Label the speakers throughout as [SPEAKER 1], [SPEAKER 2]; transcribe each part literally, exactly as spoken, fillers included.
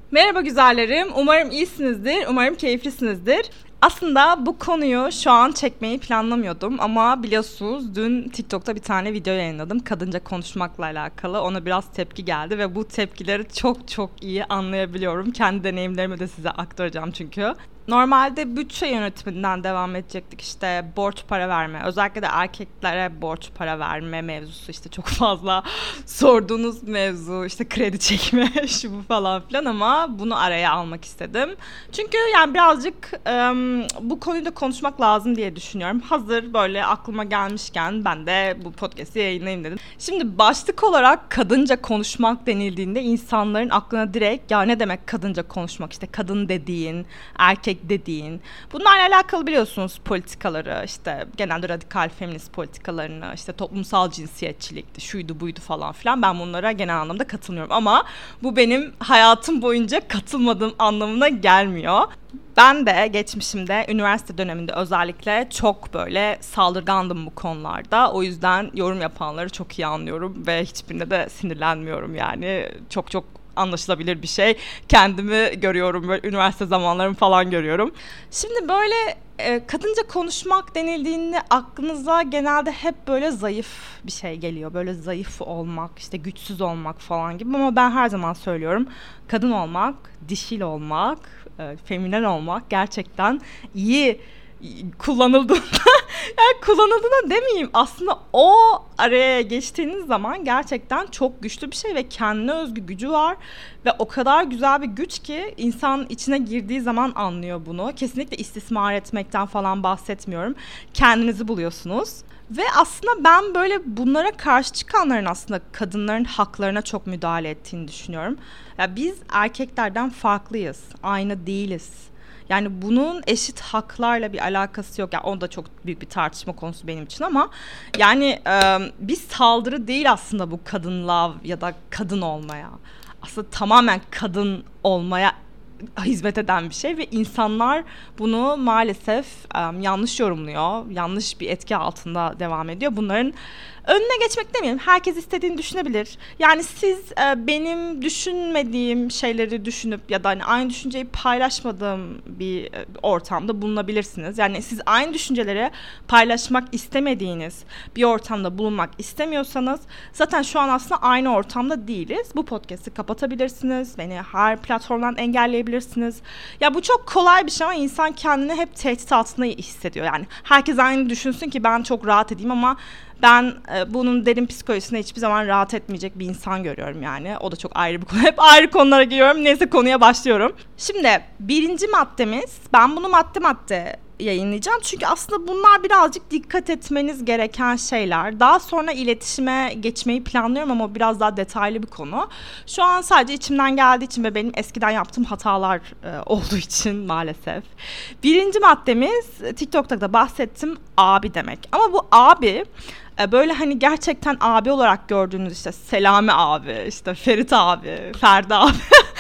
[SPEAKER 1] Merhaba güzellerim. Umarım iyisinizdir. Umarım keyiflisinizdir. Aslında bu konuyu şu an çekmeyi planlamıyordum ama biliyorsunuz dün TikTok'ta bir tane video yayınladım. Kadınca konuşmakla alakalı. Ona biraz tepki geldi ve bu tepkileri çok çok iyi anlayabiliyorum. Kendi deneyimlerimi de size aktaracağım çünkü. Normalde bütçe yönetiminden devam edecektik, işte borç para verme, özellikle de erkeklere borç para verme mevzusu, işte çok fazla sorduğunuz mevzu, işte kredi çekme şu bu falan filan, ama bunu araya almak istedim. Çünkü yani birazcık ım, bu konuyu da konuşmak lazım diye düşünüyorum. Hazır böyle aklıma gelmişken ben de bu podcast'i yayınlayayım dedim. Şimdi başlık olarak kadınca konuşmak denildiğinde insanların aklına direkt ya ne demek kadınca konuşmak, işte kadın dediğin, erkek dediğin. Bunlarla alakalı biliyorsunuz politikaları, işte genelde radikal feminist politikalarını, işte toplumsal cinsiyetçilikti, şuydu buydu falan filan. Ben bunlara genel anlamda katılmıyorum ama bu benim hayatım boyunca katılmadığım anlamına gelmiyor. Ben de geçmişimde, üniversite döneminde özellikle çok böyle saldırgandım bu konularda. O yüzden yorum yapanları çok iyi anlıyorum ve hiçbirine de sinirlenmiyorum yani. Çok çok anlaşılabilir bir şey. Kendimi görüyorum, böyle üniversite zamanlarımı falan görüyorum. Şimdi böyle e, kadınca konuşmak denildiğinde aklınıza genelde hep böyle zayıf bir şey geliyor. Böyle zayıf olmak, işte güçsüz olmak falan gibi, ama ben her zaman söylüyorum. Kadın olmak, dişil olmak, e, feminen olmak gerçekten iyi kullanıldığında yani kullanıldığında demeyeyim, aslında o araya geçtiğiniz zaman gerçekten çok güçlü bir şey ve kendine özgü gücü var ve o kadar güzel bir güç ki insan içine girdiği zaman anlıyor bunu. Kesinlikle istismar etmekten falan bahsetmiyorum. Kendinizi buluyorsunuz. Ve aslında ben böyle bunlara karşı çıkanların aslında kadınların haklarına çok müdahale ettiğini düşünüyorum. Ya biz erkeklerden farklıyız, aynı değiliz. Yani bunun eşit haklarla bir alakası yok. Yani o da çok büyük bir tartışma konusu benim için, ama yani e, bir saldırı değil aslında bu kadınlığa ya da kadın olmaya. Aslında tamamen kadın olmaya hizmet eden bir şey ve insanlar bunu maalesef e, yanlış yorumluyor. Yanlış bir etki altında devam ediyor. Bunların önüne geçmek demeyelim. Herkes istediğini düşünebilir. Yani siz e, benim düşünmediğim şeyleri düşünüp ya da hani aynı düşünceyi paylaşmadığım bir e, ortamda bulunabilirsiniz. Yani siz aynı düşünceleri paylaşmak istemediğiniz bir ortamda bulunmak istemiyorsanız zaten şu an aslında aynı ortamda değiliz. Bu podcast'i kapatabilirsiniz. Beni her platformdan engelleyebilirsiniz. Ya bu çok kolay bir şey ama insan kendini hep tehdit altında hissediyor. Yani herkes aynı düşünsün ki ben çok rahat edeyim, ama ben e, bunun derin psikolojisine hiçbir zaman rahat etmeyecek bir insan görüyorum yani. O da çok ayrı bir konu. Hep ayrı konulara giriyorum. Neyse, konuya başlıyorum. Şimdi birinci maddemiz, ben bunu madde madde yayınlayacağım. Çünkü aslında bunlar birazcık dikkat etmeniz gereken şeyler. Daha sonra iletişime geçmeyi planlıyorum ama biraz daha detaylı bir konu. Şu an sadece içimden geldiği için ve benim eskiden yaptığım hatalar e, olduğu için maalesef. Birinci maddemiz, TikTok'ta da bahsettim, abi demek. Ama bu abi böyle hani gerçekten abi olarak gördüğünüz, işte Selami abi, işte Ferit abi, Ferdi abi,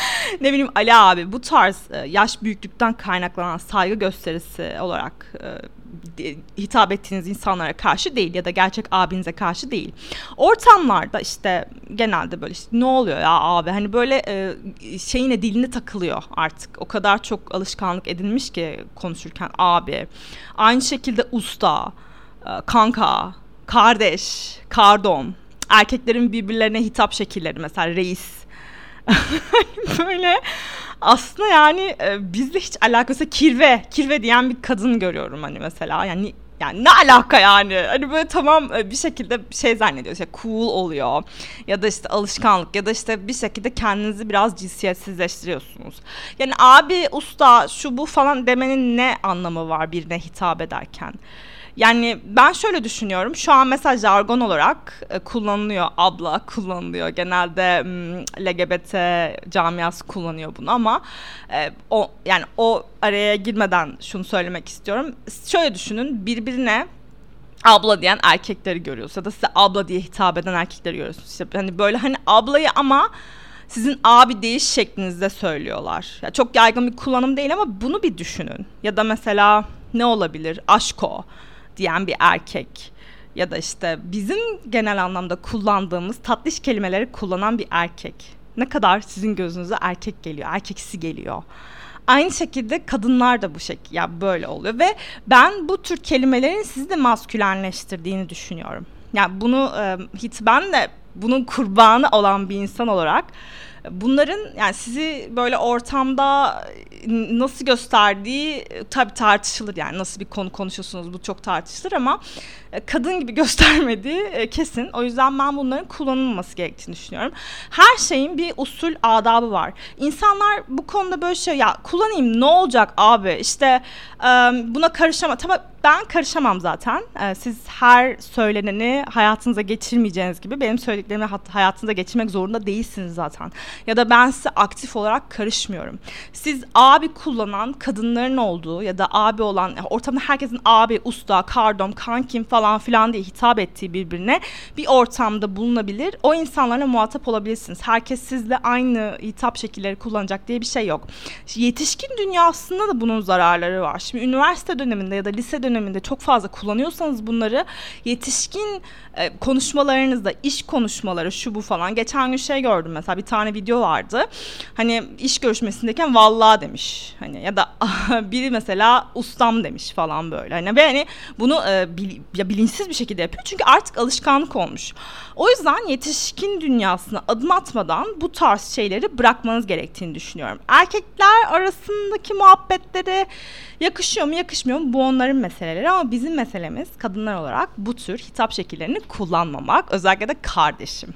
[SPEAKER 1] ne bileyim Ali abi, bu tarz yaş büyüklükten kaynaklanan saygı gösterisi olarak e, hitap ettiğiniz insanlara karşı değil ya da gerçek abinize karşı değil. Ortamlarda işte genelde böyle işte ne oluyor ya abi, hani böyle e, şeyine diline takılıyor artık. O kadar çok alışkanlık edinmiş ki konuşurken abi. Aynı şekilde usta, e, kanka, kardeş, kardom, erkeklerin birbirlerine hitap şekilleri, mesela reis. Böyle aslında yani e, bizle hiç alakası, kirve, kirve diyen bir kadın görüyorum hani mesela. Yani yani ne alaka yani? Hani böyle tamam bir şekilde şey zannediyor, işte cool oluyor ya da işte alışkanlık ya da işte bir şekilde kendinizi biraz cinsiyetsizleştiriyorsunuz. Yani abi, usta, şu bu falan demenin ne anlamı var birine hitap ederken? Yani ben şöyle düşünüyorum. Şu an mesela jargon olarak e, kullanılıyor. Abla kullanılıyor. Genelde m, L G B T camiası kullanıyor bunu, ama e, o yani o araya girmeden şunu söylemek istiyorum. Şöyle düşünün. Birbirine abla diyen erkekleri görüyorsunuz ya da size abla diye hitap eden erkekleri görüyorsunuz. İşte hani böyle hani ablayı ama sizin abi değiş şeklinizde söylüyorlar. Ya çok yaygın bir kullanım değil ama bunu bir düşünün. Ya da mesela ne olabilir? Aşko diyen bir erkek ya da işte bizim genel anlamda kullandığımız tatlış kelimeleri kullanan bir erkek. ne kadar sizin gözünüze erkek geliyor, erkeksi geliyor. Aynı şekilde kadınlar da bu şekilde ya böyle oluyor ve ben bu tür kelimelerin sizi de maskülenleştirdiğini düşünüyorum. Yani bunu e, hiç ben de bunun kurbanı olan bir insan olarak bunların yani sizi böyle ortamda nasıl gösterdiği tabii tartışılır, yani nasıl bir konu konuşuyorsunuz bu çok tartışılır ama kadın gibi göstermediği kesin. O yüzden ben bunların kullanılmaması gerektiğini düşünüyorum. Her şeyin bir usul adabı var. İnsanlar bu konuda böyle şey ya kullanayım ne olacak abi işte buna karışamam. Tamam ben karışamam zaten. Siz her söyleneni hayatınıza geçirmeyeceğiniz gibi benim söylediklerimi hayatınıza geçirmek zorunda değilsiniz zaten. Ya da ben size aktif olarak karışmıyorum. Siz abi kullanan kadınların olduğu ya da abi olan ortamda herkesin abi, usta, kardom, kankim falan filan diye hitap ettiği birbirine bir ortamda bulunabilir. O insanlarla muhatap olabilirsiniz. Herkes sizle aynı hitap şekilleri kullanacak diye bir şey yok. Yetişkin dünyasında da bunun zararları var. Şimdi üniversite döneminde ya da lise döneminde çok fazla kullanıyorsanız bunları yetişkin e, konuşmalarınızda, iş konuşmaları şu bu falan. Geçen gün şey gördüm mesela, bir tane video vardı. Hani iş görüşmesindeyken vallahi demiş. Hani ya da biri mesela ustam demiş falan böyle. Hani ve hani bunu e, bil, ya bilinçsiz bir şekilde yapıyor. Çünkü artık alışkanlık olmuş. O yüzden yetişkin dünyasına adım atmadan bu tarz şeyleri bırakmanız gerektiğini düşünüyorum. Erkekler arasındaki muhabbetlere yakışıyor mu yakışmıyor mu bu onların meseleleri ama bizim meselemiz kadınlar olarak bu tür hitap şekillerini kullanmamak. Özellikle de kardeşim.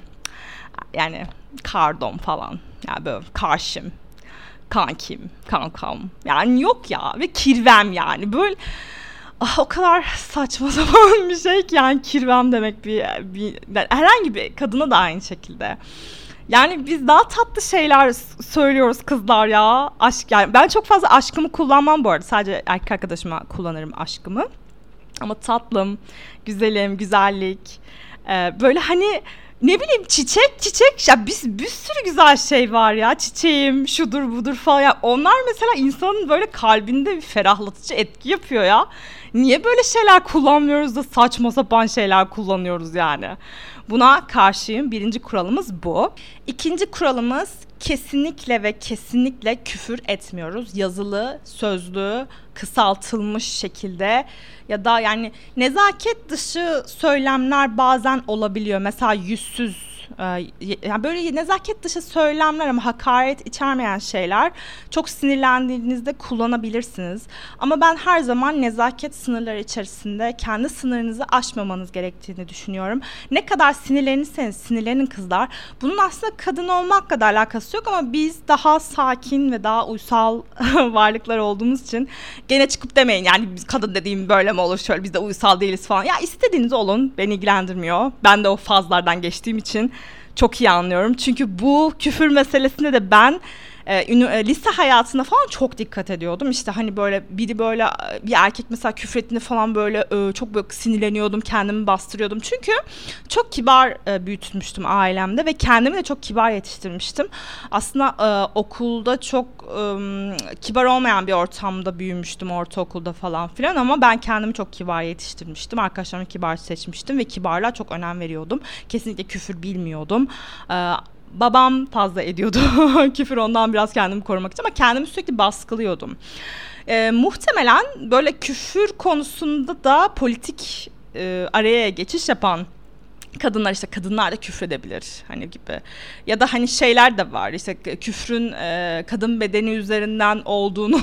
[SPEAKER 1] Yani kardom falan. Yani böyle karşım, kankim, kankam. Yani yok ya ve kirvem yani. Böyle ah, o kadar saçma sapan bir şey ki yani kirvem demek bir, bir yani herhangi bir kadına da aynı şekilde. Yani biz daha tatlı şeyler söylüyoruz kızlar ya. Aşk yani ben çok fazla aşkımı kullanmam bu arada. Sadece erkek arkadaşıma kullanırım aşkımı. Ama tatlım, güzelim, güzellik. Ee, böyle hani ne bileyim çiçek çiçek ya biz bir sürü güzel şey var ya, çiçeğim şudur budur falan ya, onlar mesela insanın böyle kalbinde bir ferahlatıcı etki yapıyor ya. Niye böyle şeyler kullanmıyoruz da saçma sapan şeyler kullanıyoruz yani? Buna karşıyım. Birinci kuralımız bu. İkinci kuralımız kesinlikle ve kesinlikle küfür etmiyoruz. Yazılı, sözlü, kısaltılmış şekilde ya da yani nezaket dışı söylemler bazen olabiliyor. Mesela yüzsüz, yani böyle nezaket dışı söylemler ama hakaret içermeyen şeyler çok sinirlendiğinizde kullanabilirsiniz. Ama ben her zaman nezaket sınırları içerisinde kendi sınırınızı aşmamanız gerektiğini düşünüyorum. Ne kadar sinirlenirseniz sinirlenin kızlar. Bunun aslında kadın olmakla da alakası yok ama biz daha sakin ve daha uysal varlıklar olduğumuz için gene çıkıp demeyin yani biz kadın dediğim böyle mi olur şöyle biz de uysal değiliz falan. Ya istediğiniz olun, beni ilgilendirmiyor. Ben de o fazlardan geçtiğim için çok iyi anlıyorum. Çünkü bu küfür meselesinde de ben e, ünü, e, lise hayatında falan çok dikkat ediyordum. İşte hani böyle biri böyle bir erkek mesela küfrettiğinde falan böyle e, çok böyle sinirleniyordum, kendimi bastırıyordum. Çünkü çok kibar e, büyütülmüştüm ailemde ve kendimi de çok kibar yetiştirmiştim. Aslında e, okulda çok e, kibar olmayan bir ortamda büyümüştüm, ortaokulda falan filan ama ben kendimi çok kibar yetiştirmiştim. Arkadaşlarımı kibar seçmiştim ve kibarlığa çok önem veriyordum. Kesinlikle küfür bilmiyordum. E, Babam fazla ediyordu küfür, ondan biraz kendimi korumak için ama kendimi sürekli baskılıyordum. Ee, muhtemelen böyle küfür konusunda da politik e, araya geçiş yapan kadınlar işte kadınlar da küfredebilir hani gibi ya da hani şeyler de var işte küfrün e, kadın bedeni üzerinden olduğunu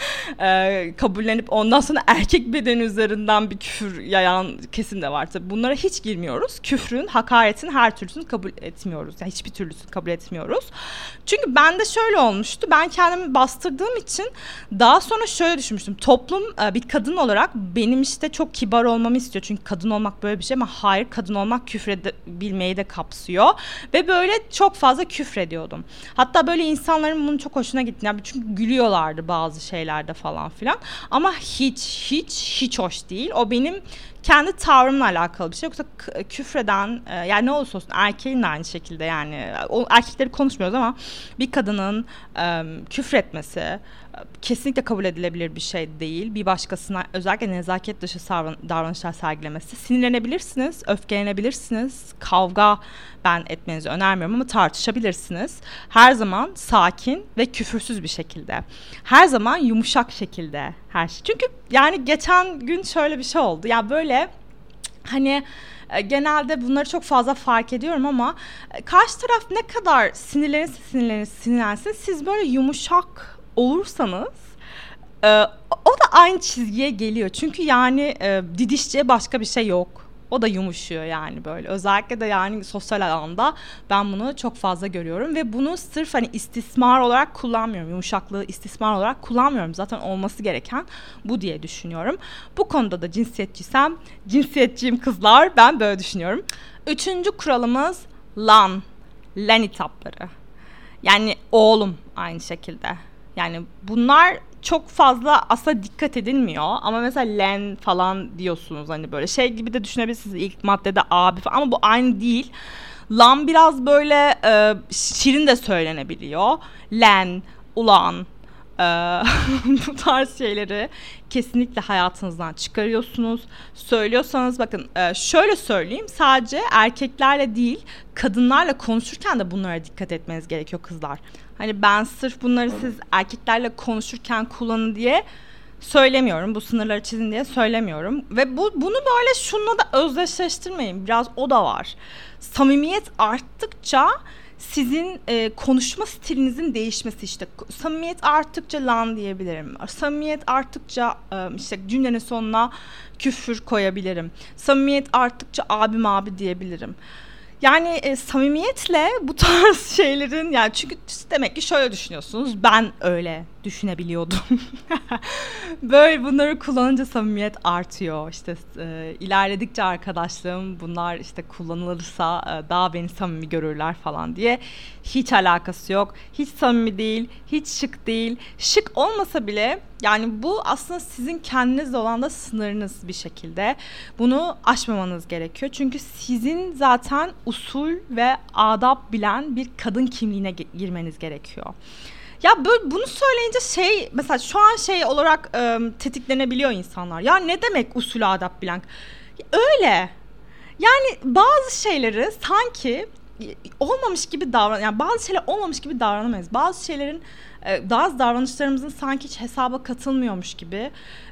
[SPEAKER 1] e, kabullenip ondan sonra erkek bedeni üzerinden bir küfür yayan kesim de var. Tabii bunlara hiç girmiyoruz. Küfrün, hakaretin her türlüsünü kabul etmiyoruz. Yani hiçbir türlüsünü kabul etmiyoruz. Çünkü bende şöyle olmuştu. Ben kendimi bastırdığım için daha sonra şöyle düşünmüştüm. Toplum e, bir kadın olarak benim işte çok kibar olmamı istiyor. Çünkü kadın olmak böyle bir şey ama hayır, kadın olmak küfür bilmeyi de kapsıyor ve böyle çok fazla küfrediyordum. Hatta böyle insanların bunun çok hoşuna gitti. Yani çünkü gülüyorlardı bazı şeylerde falan filan. Ama hiç hiç hiç hoş değil. O benim kendi tavrımla alakalı bir şey. Yoksa k- küfreden e, yani ne olursa olsun erkeğin de aynı şekilde yani o erkekleri konuşmuyoruz ama bir kadının e, küfretmesi e, kesinlikle kabul edilebilir bir şey değil. Bir başkasına özellikle nezaket dışı sarvan- davranışlar sergilemesi. Sinirlenebilirsiniz, öfkelenebilirsiniz, kavga ben etmenizi önermiyorum ama tartışabilirsiniz. Her zaman sakin ve küfürsüz bir şekilde. Her zaman yumuşak şekilde her şey. Çünkü yani geçen gün şöyle bir şey oldu. Ya böyle hani e, genelde bunları çok fazla fark ediyorum ama e, karşı taraf ne kadar sinirlenirse sinirlenirse sinirlensin siz böyle yumuşak olursanız e, o da aynı çizgiye geliyor. Çünkü yani e, didişçiye başka bir şey yok. O da yumuşuyor yani böyle. Özellikle de yani sosyal alanda ben bunu çok fazla görüyorum ve bunu sırf hani istismar olarak kullanmıyorum. Yumuşaklığı istismar olarak kullanmıyorum. Zaten olması gereken bu diye düşünüyorum. Bu konuda da cinsiyetçiysem, cinsiyetçiyim kızlar. Ben böyle düşünüyorum. Üçüncü kuralımız lan. Lan hitapları. Yani oğlum aynı şekilde. Yani bunlar çok fazla aslında dikkat edilmiyor ama mesela len falan diyorsunuz hani böyle şey gibi de düşünebilirsiniz ilk maddede abi falan ama bu aynı değil. Lan biraz böyle e, şirin de söylenebiliyor. Len, ulan e, bu tarz şeyleri kesinlikle hayatınızdan çıkarıyorsunuz. Söylüyorsanız bakın e, şöyle söyleyeyim sadece erkeklerle değil kadınlarla konuşurken de bunlara dikkat etmeniz gerekiyor kızlar. Hani ben sırf bunları siz erkeklerle konuşurken kullanın diye söylemiyorum. Bu sınırları çizin diye söylemiyorum. Ve bu bunu böyle şununla da özdeşleştirmeyin. Biraz o da var. Samimiyet arttıkça sizin e, konuşma stilinizin değişmesi işte. Samimiyet arttıkça lan diyebilirim. Samimiyet arttıkça e, işte cümlenin sonuna küfür koyabilirim. Samimiyet arttıkça abim abi diyebilirim. Yani e, samimiyetle bu tarz şeylerin yani çünkü demek ki şöyle düşünüyorsunuz ben öyle düşünebiliyordum. Böyle bunları kullanınca samimiyet artıyor. İşte e, ilerledikçe arkadaşlığım bunlar işte kullanılırsa e, daha beni samimi görürler falan diye hiç alakası yok. Hiç samimi değil, hiç şık değil. Şık olmasa bile yani bu aslında sizin kendinizle olan da sınırınız bir şekilde. Bunu aşmamanız gerekiyor. Çünkü sizin zaten usul ve adab bilen bir kadın kimliğine ge- girmeniz gerekiyor. Ya böyle bunu söyleyince şey mesela şu an şey olarak e, tetiklenebiliyor insanlar. Ya ne demek usul adab bilen? Öyle. Yani bazı şeyleri sanki olmamış gibi davran yani bazı şeyler olmamış gibi davranamayız. Bazı şeylerin bazı davranışlarımızın sanki hiç hesaba katılmıyormuş gibi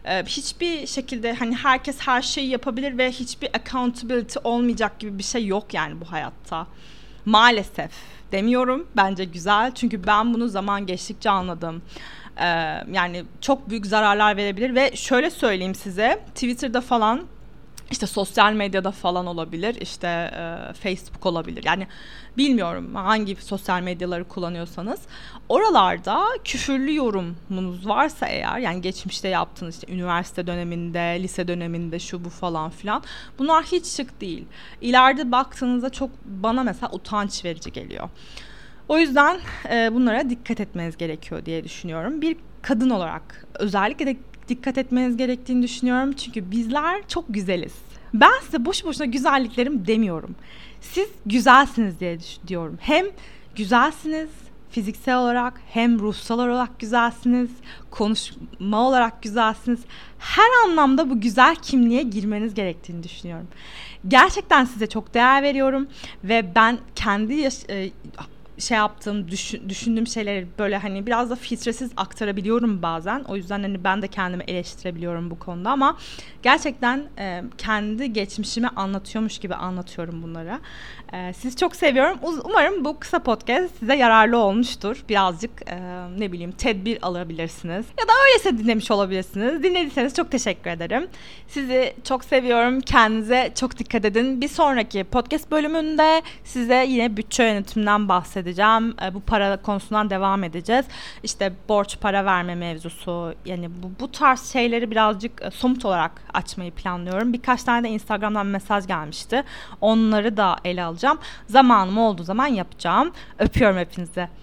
[SPEAKER 1] hiçbir şekilde hani herkes her şeyi yapabilir ve hiçbir accountability olmayacak gibi bir şey yok yani bu hayatta. Maalesef demiyorum. Bence güzel. Çünkü ben bunu zaman geçtikçe anladım. Ee, yani çok büyük zararlar verebilir ve şöyle söyleyeyim size. Twitter'da falan işte sosyal medyada falan olabilir. İşte e, Facebook olabilir. Yani bilmiyorum hangi sosyal medyaları kullanıyorsanız. Oralarda küfürlü yorumunuz varsa eğer yani geçmişte yaptığınız işte üniversite döneminde, lise döneminde şu bu falan filan. Bunlar hiç şık değil. İleride baktığınızda çok bana mesela utanç verici geliyor. O yüzden e, bunlara dikkat etmeniz gerekiyor diye düşünüyorum. Bir kadın olarak özellikle de dikkat etmeniz gerektiğini düşünüyorum. Çünkü bizler çok güzeliz. Ben size boş boşuna güzelliklerim demiyorum. Siz güzelsiniz diye diyorum. Hem güzelsiniz fiziksel olarak hem ruhsal olarak güzelsiniz. Konuşma olarak güzelsiniz. Her anlamda bu güzel kimliğe girmeniz gerektiğini düşünüyorum. Gerçekten size çok değer veriyorum. Ve ben kendi yaş- şey yaptığım, düşün, düşündüğüm şeyleri böyle hani biraz da filtresiz aktarabiliyorum bazen. O yüzden hani ben de kendimi eleştirebiliyorum bu konuda ama gerçekten e, kendi geçmişimi anlatıyormuş gibi anlatıyorum bunlara. E, sizi çok seviyorum. Umarım bu kısa podcast size yararlı olmuştur. Birazcık e, ne bileyim tedbir alabilirsiniz. Ya da öyleyse dinlemiş olabilirsiniz. Dinlediyseniz çok teşekkür ederim. Sizi çok seviyorum. Kendinize çok dikkat edin. Bir sonraki podcast bölümünde size yine bütçe yönetiminden bahsedeceğim. edeceğim. Bu para konusundan devam edeceğiz. İşte borç para verme mevzusu yani bu, bu tarz şeyleri birazcık somut olarak açmayı planlıyorum. Birkaç tane de Instagram'dan mesaj gelmişti. Onları da ele alacağım. Zamanım olduğu zaman yapacağım. Öpüyorum hepinizi.